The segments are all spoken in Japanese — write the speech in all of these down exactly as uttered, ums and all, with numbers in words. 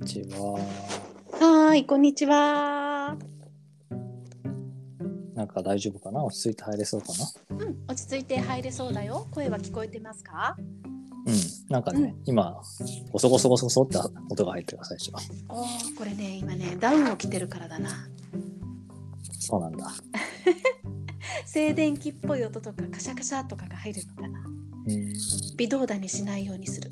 ちは。 はーい、こんにちは。 なんか大丈夫かな？落ち着いて入れそうかな？ うん、落ち着いて入れそうだよ。声は聞こえてますか？ うん。なんかね、 うん、 今、ゴソゴソゴソゴソって音が入ってるから最初。 おー、これね、今ね、ダウンを着てるからだな。 そうなんだ。 静電気っぽい音とかカシャカシャとかが入るのかな。 うん。 微動だにしないようにする。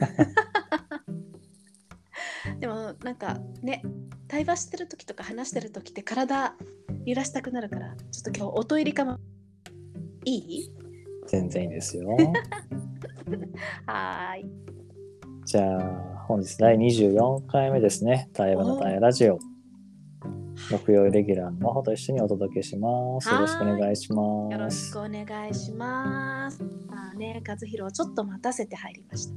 でもなんかね、対話してる時とか話してる時って体揺らしたくなるから、ちょっと今日音入りかも。いい？ 全然いいですよ。 はーい。 じゃあ、本日だいにじゅうよんかいめですね。対話の対話ラジオ。木曜レギュラーの真帆と一緒にお届けします。よろしくお願いします。 よろしくお願いします。まあね、和弘ちょっと待たせて入りました。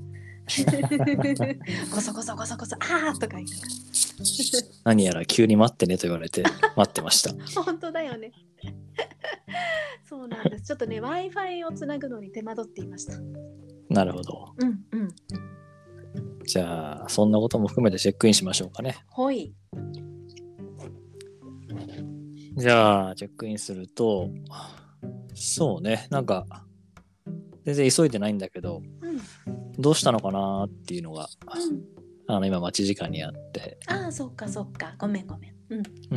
ゴソゴソゴソゴソあーとか言いながら。 何やら急に待ってねと言われて待ってました。 本当だよね。そうなんです。ちょっとね Wi-Fi をつなぐのに手間取っていました。 なるほど。 うんうん。 じゃあそんなことも含めてチェックインしましょうかね。 ほい。 じゃあチェックインすると、そうね、なんか全然急いでないんだけど、 うん、 どうしたのかなっていうのが、 うん、 あの今待ち時間にあって、 ああそっかそっか、ごめんごめん。うんうん、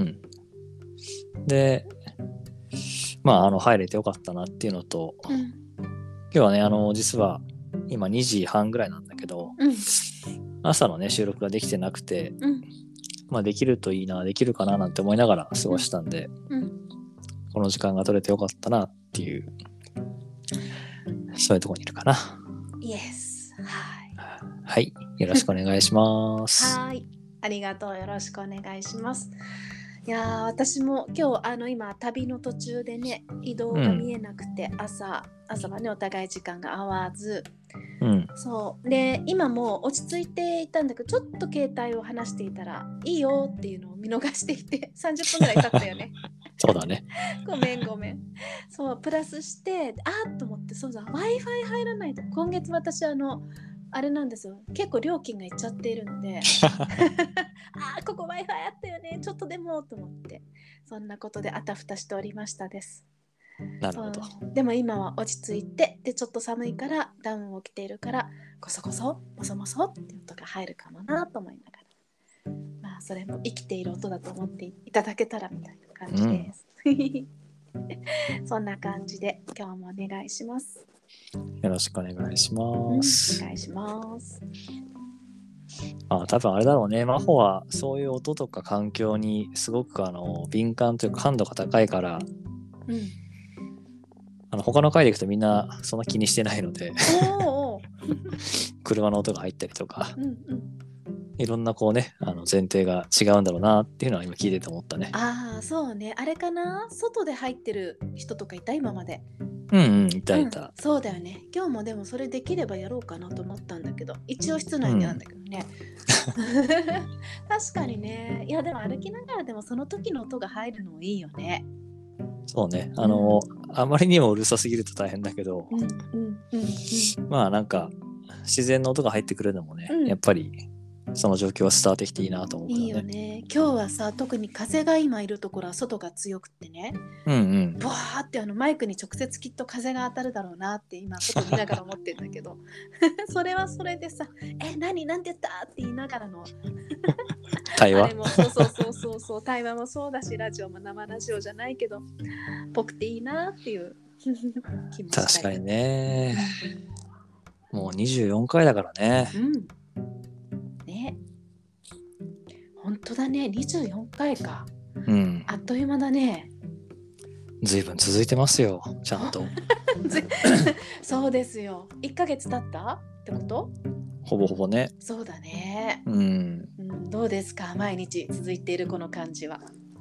でまああの入れてよかったなっていうのと、 うん、 今日はねあの実は今にじはんぐらいなんだけど、 うん、 朝のね収録ができてなくて、 うん、 まあできるといいな、できるかななんて思いながら過ごしたんで、 うん、 この時間が取れてよかったなっていう、そういうところにいるかな。 イエス。はい。 はい、よろしくお願いします。 はい、ありがとう。よろしくお願いします。いやー、私も今日あの今旅の途中でね、移動が見えなくて、うん、朝朝はねお互い時間が合わず、 うん、 そうで今も落ち着いていたんだけど、ちょっと携帯を離していたらいいよっていうのを見逃していてさんじゅっぷんぐらい経ったよね。 そうだね。 ごめんごめん。そうプラスしてあーっと思って、そうだ Wi-Fi 入らないと今月私あのあれなんですよ、結構料金がいっちゃっているのであーここ Wi-Fi あったよね、ちょっとでもと思って、そんなことであたふたしておりましたです。 なるほど。 でも今は落ち着いて、でちょっと寒いからダウンを着ているからコソコソモソモソって音が入るかもなと思いながら、まあそれも生きている音だと思っていただけたらみたいな感じです、うん、そんな感じで今日もお願いします。 よろしくお願いします。 うん、お願いします。 あ、多分あれだろうね。真帆はそういう音とか環境にすごくあの敏感というか感度が高いから、 うん、 あの他の回でいくとみんなそんな気にしてないのでおーおー車の音が入ったりとか、 うんうん、 いろんなこうね、あの前提が違うんだろうなっていうのは今聞いてて思ったね。 ああそうね、あれかな、外で入ってる人とかいた今まで。 うんうん、いたいた、 うん、そうだよね。今日もでもそれできればやろうかなと思ったんだけど、一応室内にあるんだけどね、うん、確かにね。いやでも歩きながらでもその時の音が入るのもいいよね。 そうね、あの、うん、あまりにもうるさすぎると大変だけど、 うんうんうんうん、 まあなんか自然の音が入ってくるのもね、 うん、 やっぱりその状況は伝わってきていいなと思うけどね。 いいよね。今日はさ、特に風が今いるところは外が強くってね、 うんうん、 ブワーってあのマイクに直接きっと風が当たるだろうなって今外見ながら思ってるんだけどそれはそれでさ、え何なんて言ったって言いながらの対話あれもそうそうそうそうそう対話もそうだし、ラジオも生ラジオじゃないけど僕っていいなっていう気もしたり。 確かにね、もうにじゅうよんかいだからね。 うんね、本当だね、にじゅうよんかいか、 うん、 あっという間だね。 ずいぶん続いてますよ、ちゃんとそうですよ、いっかげつ経ったってこと？ ほぼほぼね。 そうだね、 うん、 うん、どうですか毎日続いているこの感じは。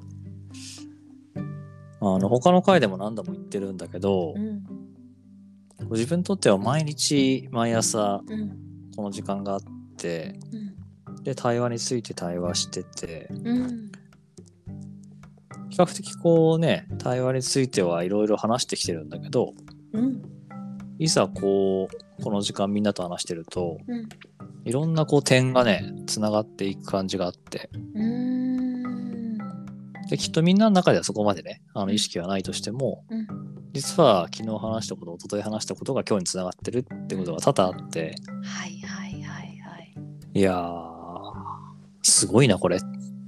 あの他の回でも何度も言ってるんだけど、うん、自分にとっては毎日毎朝この時間があって、うん、で対話について対話してて、うん、比較的こうね対話についてはいろいろ話してきてるんだけど、うん、いざこうこの時間みんなと話してると、うん、 いろんなこう点がねつながっていく感じがあって、 うーんできっとみんなの中ではそこまでねあの意識はないとしても、 うん、 実は昨日話したこと一昨日話したことが今日につながってるってことが多々あって、 はいはいはいはい。 いやーすごいなこれって、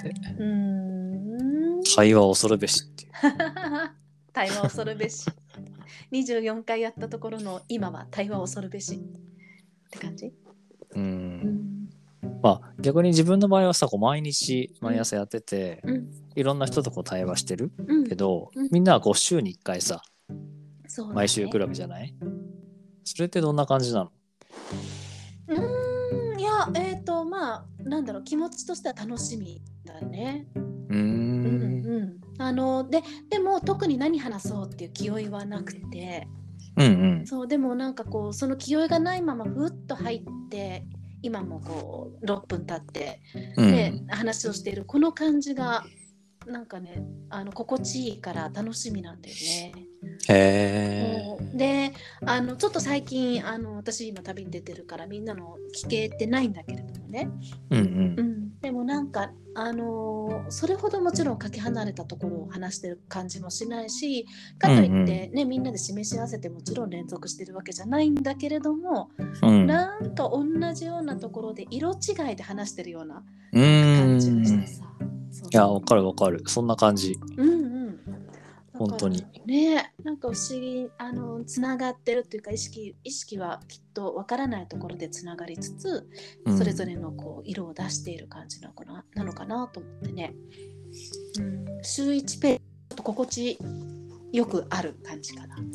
うーん対話恐るべしっていう対話恐るべし。にじゅうよんかいやったところの今は対話恐るべしって感じ。 うん、 うん、 まあ逆に自分の場合はさこう毎日毎朝やってて、 うん、 いろんな人とこう対話してるけど、 うん、 みんなはこう週にいっかいさ、 そうだね、 毎週来るわけじゃない？それってどんな感じなの？ うーんいやえっ、ー、とまあなんだろう、気持ちとしては楽しみだね。 うーん、うんうん、あのででも特に何話そうっていう気負いはなくて、 うん、 そうでもなんかこうその気負いがないままふっと入って今もこうろっぷん経って、ね、うん、話をしているこの感じがなんかねあの心地いいから楽しみなんだよね。 へー。 であのちょっと最近あの私今旅に出てるからみんなの聞けてないんだけれどもね、 うんうんうん、でもなんかあのー、それほどもちろんかけ離れたところを話してる感じもしないし、かといって、ねうんうん、みんなで示し合わせてもちろん連続してるわけじゃないんだけれども、うん、なんか同じようなところで色違いで話してるような感じがしてさ。 そういやわかるわかる、そんな感じ。 うんうん本当にね、なんか不思議あのつながってるっていうか意識意識はきっとわからないところでつながりつつ、うん、それぞれのこう色を出している感じなのかな、なのかなと思ってね、うん、週いちページと心地よくある感じかな、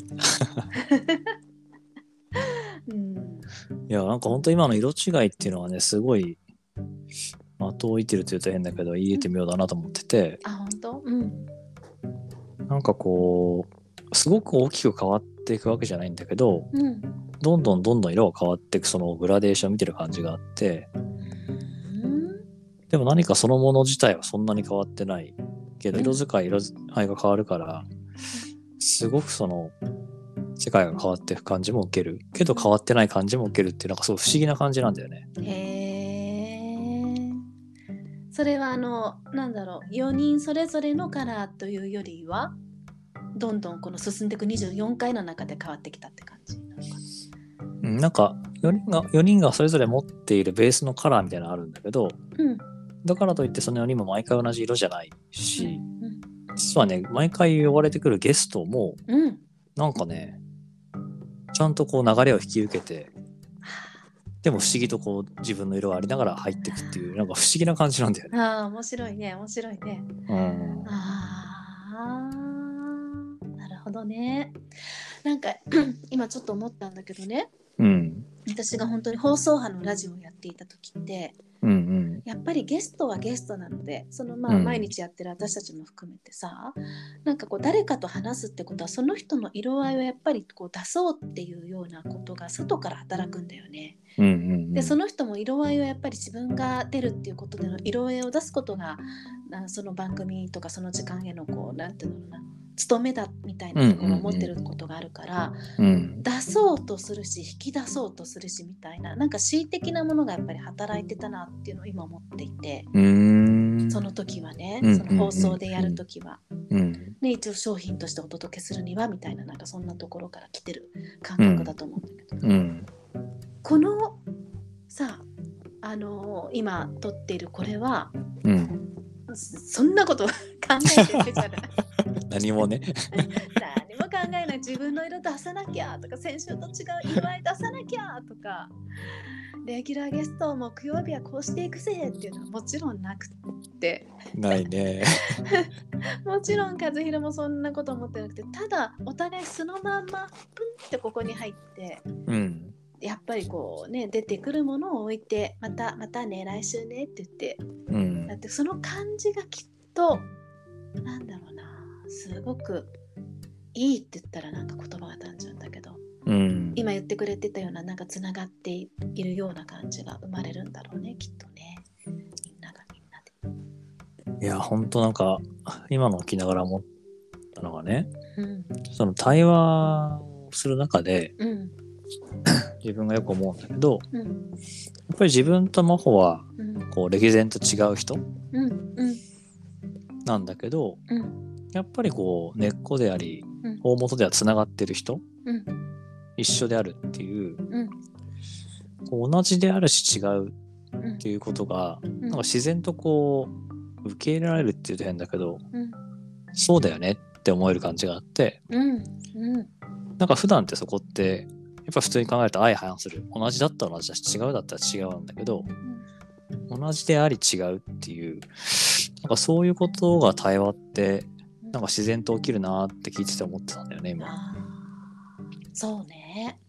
うん、いやなんか本当今の色違いっていうのはねすごい的を置いてるというと変だけど言えてみようだなと思ってて、 うん、あ本当、うん、 なんかこうすごく大きく変わっていくわけじゃないんだけど、 うん、 どんどんどんどん色が変わっていくそのグラデーションを見てる感じがあって、うん、でも何かそのもの自体はそんなに変わってないけど、色使い色合いが変わるからすごくその世界が変わっていく感じも受けるけど変わってない感じも受けるっていうなんかすごい不思議な感じなんだよね。 へー、それはあのなんだろう、よにんそれぞれのカラーというよりはどんどんこの進んでいくにじゅうよんかいの中で変わってきたって感じなのかな。 うん、なんかよにんがよにんがそれぞれ持っているベースのカラーみたいなのあるんだけど、うん、だからといってそのよにんも毎回同じ色じゃないし、うんうん、実はね毎回呼ばれてくるゲストも、うん、なんかねちゃんとこう流れを引き受けて、でも不思議とこう自分の色がありながら入っていくっていうなんか不思議な感じなんだよね。 ああ面白いね面白いね。うん、ああなるほどね。なんか今ちょっと思ったんだけどね、うん、私が本当に放送波のラジオをやっていた時って、うんうん、やっぱりゲストはゲストなのでそのまあ毎日やってる私たちも含めてさ、うん、なんかこう誰かと話すってことはその人の色合いをやっぱりこう出そうっていうようなことが外から働くんだよね。うんうんうん、でその人も色合いをやっぱり自分が出るっていうことでの色合いを出すことがその番組とかその時間へのこうなんていうのかな務めだみたいなところを持ってることがあるから、うんうんうん、出そうとするし引き出そうとするしみたいななんか恣意的なものがやっぱり働いてたなっていうのを今思っていて、うーんその時はね、その放送でやる時は、うんうんね、一応商品としてお届けするにはみたいななんかそんなところから来てる感覚だと思うんだけど、うんうん、このさあのー、今撮っているこれは、うん、そんなこと考えてるじゃない何もね何も考えない、自分の色出さなきゃとか先週と違う色合い出さなきゃとかレギュラーゲスト木曜日はこうしていくぜっていうのはもちろんなくってないねもちろん和弘もそんなこと思ってなくて、ただお互いそのまんまプンってここに入って、うん、やっぱりこうね出てくるものを置いてまたまたね来週ねって言って、うん、だってその感じがきっとなんだろうな、すごくいいって言ったらなんか言葉が単純だけど、うん、今言ってくれてたようななんかつながっているような感じが生まれるんだろうねきっとね、みんながみんなで。いや本当なんか今の聞きながら思ったのがね、うん、その対話をする中で、うん、 自分がよく思うんだけど、 うん、 やっぱり自分と真帆はうんこう歴然と違う人うんうんなんだけど、 うんやっぱりこう根っこでありうん大元ではつながってる人、 うん一緒であるっていう、 うんこう同じであるし違ううんっていうことが、 うんなんか自然とこう受け入れられるっていうと変だけど、 うんそうだよねって思える感じがあって、 うんうんなんか普段ってそこってやっぱ普通に考えると相反する、同じだったら同じだし違うだったら違うんだけど、同じであり違うっていう、なんかそういうことが対話ってなんか自然と起きるなって聞いてて思ってたんだよね今。 あーそうね、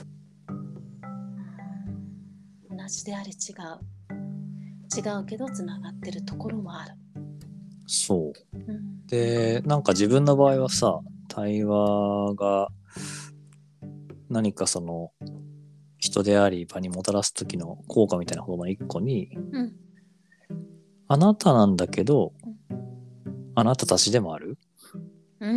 うん、同じであり違う違うけどつながってるところもある。 そう、 うん、 でなんか自分の場合はさ、対話が何かその人であり場にもたらす時の効果みたいなことの一個に、 うん、 あなたなんだけど、 うん、 あなたたちでもある。 うん、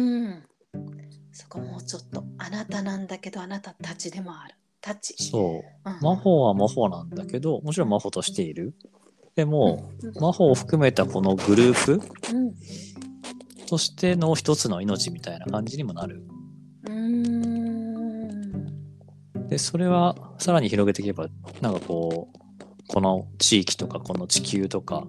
そこもうちょっとあなたなんだけどあなたたちでもある。たち。 そう、 うん、 真帆は真帆なんだけど、もちろん真帆としている。でも、 うん、 真帆を含めたこのグループうんとしての一つの命みたいな感じにもなる。 うーんで、それはさらに広げていけば、なんかこう、この地域とかこの地球とか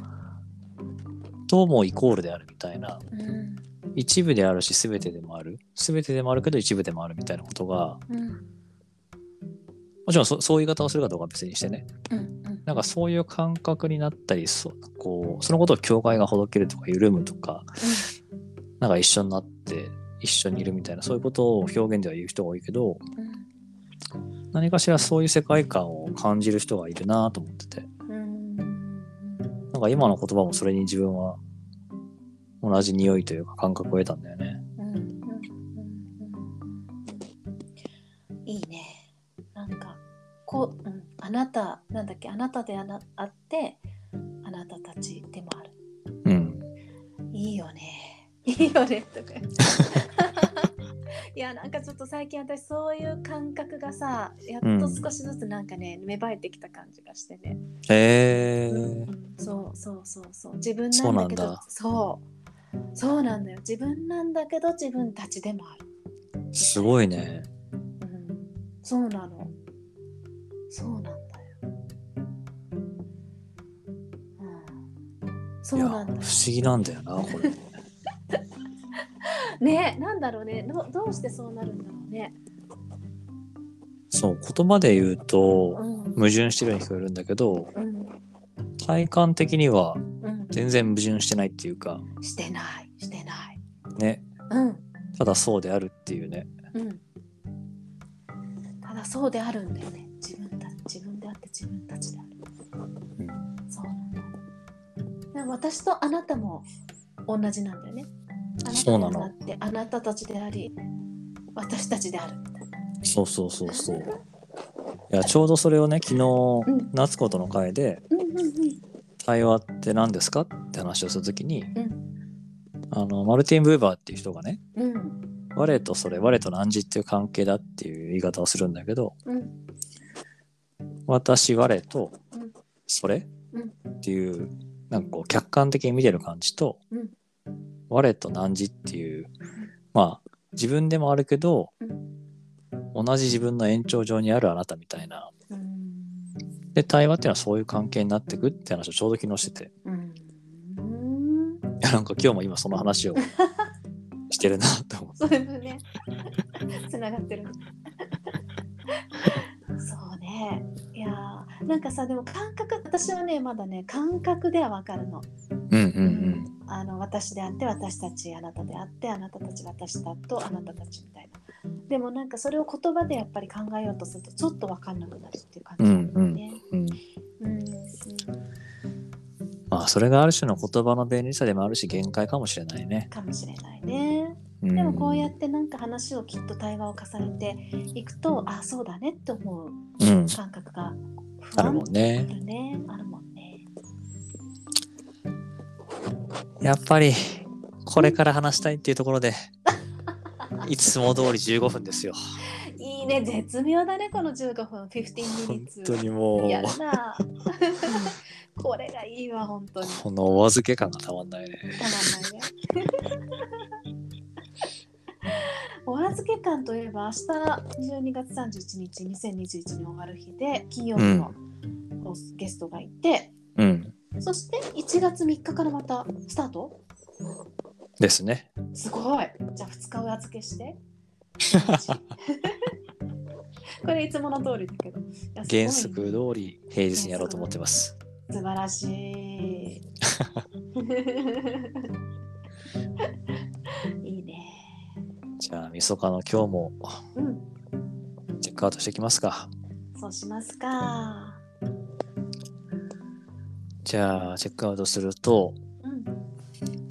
ともイコールであるみたいな、 うんうん一部であるし全てでもある、全てでもあるけど一部でもあるみたいなことが、 うんもちろん そ, そういう言い方をするかどうかは別にしてね、 うんうんなんかそういう感覚になったり、そこうそのことを境界がほどけるとか緩むとか、なんか一緒になって一緒にいるみたいな、そういうことを表現では言う人が多いけど、何かしらそういう世界観を感じる人がいるなと思ってて、 うんなんか今の言葉もそれに自分は同じ匂いというか感覚を得たんだよね。 うんうんうんうんいいね。なんかこう、うん、あなたなんだっけ、あなたであなあってあなたたちでもある。 うん。 いいよね。いいよねとか。いやなんかちょっと最近私そういう感覚がさ、やっと少しずつなんかね、うん、芽生えてきた感じがしてね。 へー、 うん、そうそうそうそう、自分そなだけど、 うんなんだ。 そうそうなんだよ、自分なんだけど自分たちでもある。 すごいね。 うん、そうなの。そうなんだよ。うん、そうなんだよ。 いや不思議なんだよなこれ。 ね、なんだろうね、ど、どうしてそうなるんだろうね。 そう言葉で言うと、 うん、 矛盾してるように聞こえるんだけど、 うん、 体感的にはうん全然矛盾してないっていうか、 してないしてない。 ね、 うん、 ただそうであるっていうね。 うん、ただそうであるんだよね。自分た自分であって自分たちである。 うん、 そうなんだ。でも私とあなたも同じなんだよね。あなたであってあなたたちであり私たちである。 そうそうそうそう。いやちょうどそれをね昨日、うん、夏子との会で、うんうんうん、対話って何ですかって話をするときに、うん、あのマルティン・ブーバーっていう人がね、うん、我とそれ我と汝っていう関係だっていう言い方をするんだけど、うん、私我とそれ、うん、っていうなんかこう客観的に見てる感じと、うん、我と汝っていう、まあ自分でもあるけど、うん、同じ自分の延長上にあるあなたみたいな、うん、で対話っていうのはそういう関係になっていくって話をちょうど昨日してて、うん、いやなんか今日も今その話をしてるなと思って。 そうですね。つながってる。そうね。いやなんかさ、でも感覚、私はねまだね感覚では分かるの。 うんうんうん。 あの私であって私たち、あなたであってあなたたち、私だとあなたたちみたいな。でもなんかそれを言葉でやっぱり考えようとするとちょっと分かんなくなるっていう感じなんだよね。うんうんうんうん、 まあそれがある種の言葉の便利さでもあるし限界かもしれないね。 かもしれないね。でもこうやってなんか話をきっと対話を重ねていくと、あそうだねって思う感覚があるもんね。 あるね。あるもんね。 やっぱりこれから話したいっていうところでいつも通りじゅうごふんですよ。 いいね、絶妙だね、このじゅうごふん、じゅうごミニッツ。 本当にもう。 やるな。これがいいわ、本当に。 このお預け感がたまんないね。 たまんないね。お預け感といえば、明日じゅうにがつさんじゅういちにち、にせんにじゅういちに終わる日で、金曜日のゲストがいて、 うん。 そしていちがつみっかからまたスタートですね。 すごい。じゃあふつかお預けして。これいつもの通りだけど。 原則通り平日にやろうと思ってます。 素晴らしい。いいね。 じゃあ、みそかの今日もチェックアウトしていきますか。 うん、そうしますか。 じゃあ、チェックアウトすると、うん、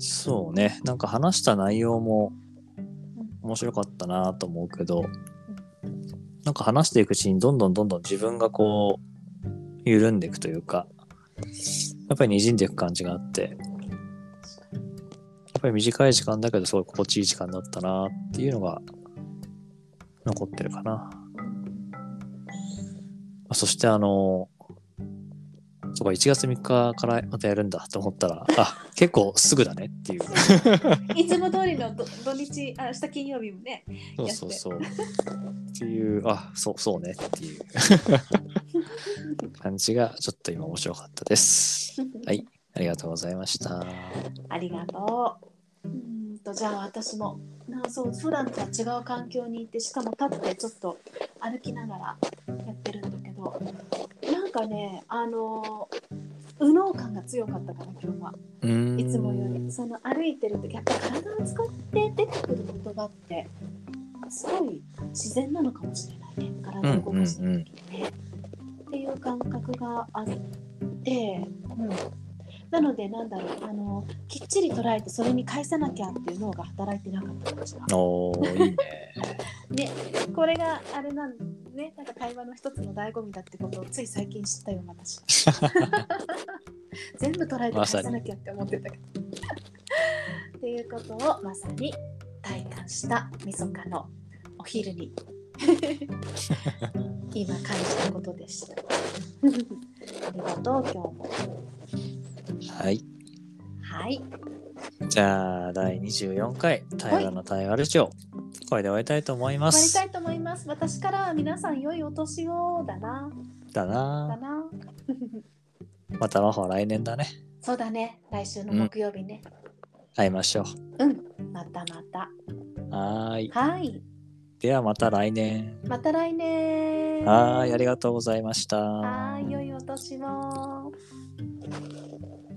そうね、なんか話した内容も面白かったなと思うけど、うん、なんか話していくうちにどんどんどんどん自分がこう緩んでいくというか、やっぱり滲んでいく感じがあって、やっぱり短い時間だけどすごい心地いい時間だったなっていうのが残ってるかな。そしてあのそうかいちがつみっかからまたやるんだと思ったら、あ、結構すぐだねっていう。 いつも通りの土日、あ、明日金曜日もね。 そうそうそう。っていう、あ、そうそうねっていう感じがちょっと今面白かったです。はい、ありがとうございました。 ありがとう。うんとじゃあ私もなそう普段とは違う環境にいて、しかも立ってちょっと歩きながらやってるんだけど、なんかね、あの右脳感が強かったから今日は。いつもよりその歩いてる時やっぱ体を使って出てくる言葉ってすごい自然なのかもしれないね。体を動かしてる時にね、うんうんうん、っていう感覚があって、うん、なのでなんだろう、あのきっちり捉えてそれに返さなきゃっていう脳が働いてなかったりした。 おー、いいね。 ね、これがあれなんね、なんか会話の一つの醍醐味だってことをつい最近知ったよ私。全部捉えて返さなきゃって思ってたけど。っていうことをまさに体感したみそかのお昼に今感じたことでした。ありがとう今日も。 はい。 はい。 じゃあだいにじゅうよんかい対話の対話ルチオ、これで終わりたいと思います。 終わりたいと思います。私からは皆さん良いお年をだな。 だな。 だな。 またの方来年だね。 そうだね。来週の木曜日ね。うん、 会いましょう。 うん。またまた。 はい。 はい。 ではまた来年。 また来年。 はい。ありがとうございました。 はい。良いお年を。